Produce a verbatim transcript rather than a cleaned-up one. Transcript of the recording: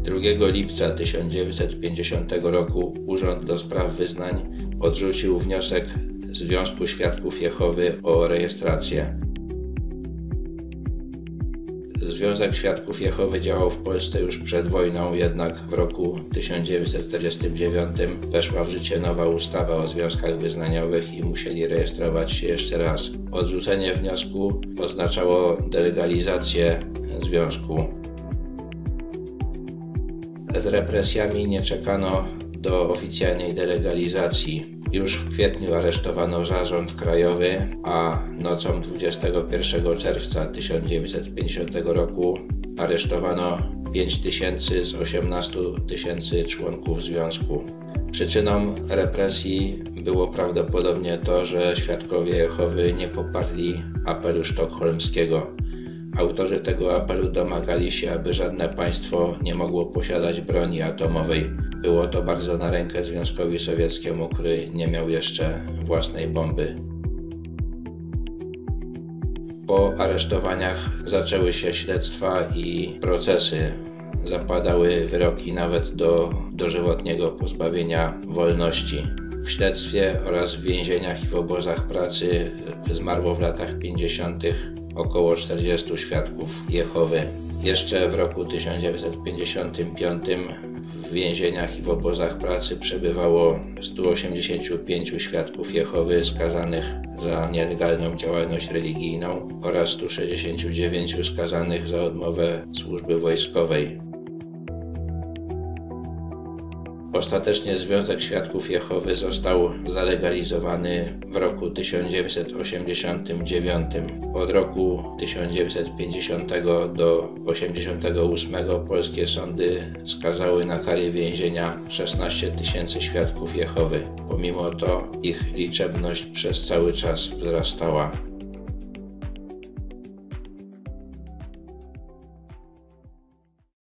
drugiego lipca tysiąc dziewięćset pięćdziesiątego roku Urząd do Spraw Wyznań odrzucił wniosek Związku Świadków Jehowy o rejestrację. Związek Świadków Jehowy działał w Polsce już przed wojną, jednak w roku tysiąc dziewięćset czterdziestym dziewiątym weszła w życie nowa ustawa o związkach wyznaniowych i musieli rejestrować się jeszcze raz. Odrzucenie wniosku oznaczało delegalizację związku. Z represjami nie czekano do oficjalnej delegalizacji. Już w kwietniu aresztowano Zarząd Krajowy, a nocą dwudziestego pierwszego czerwca tysiąc dziewięćset pięćdziesiątego roku aresztowano pięć tysięcy z osiemnastu tysięcy członków związku. Przyczyną represji było prawdopodobnie to, że Świadkowie Jehowy nie poparli apelu sztokholmskiego. Autorzy tego apelu domagali się, aby żadne państwo nie mogło posiadać broni atomowej. Było to bardzo na rękę Związkowi Sowieckiemu, który nie miał jeszcze własnej bomby. Po aresztowaniach zaczęły się śledztwa i procesy. Zapadały wyroki nawet do dożywotniego pozbawienia wolności. W śledztwie oraz w więzieniach i w obozach pracy zmarło w latach pięćdziesiątych około czterdziestu Świadków Jehowy. Jeszcze w roku tysiąc dziewięćset pięćdziesiątym piątym w więzieniach i w obozach pracy przebywało stu osiemdziesięciu pięciu Świadków Jehowy skazanych za nielegalną działalność religijną oraz stu sześćdziesięciu dziewięciu skazanych za odmowę służby wojskowej. Ostatecznie Związek Świadków Jehowy został zalegalizowany w roku tysiąc dziewięćset osiemdziesiątym dziewiątym. Od roku tysiąc dziewięćset pięćdziesiątego do osiemdziesiątego ósmego polskie sądy skazały na kary więzienia szesnaście tysięcy Świadków Jehowy. Pomimo to ich liczebność przez cały czas wzrastała.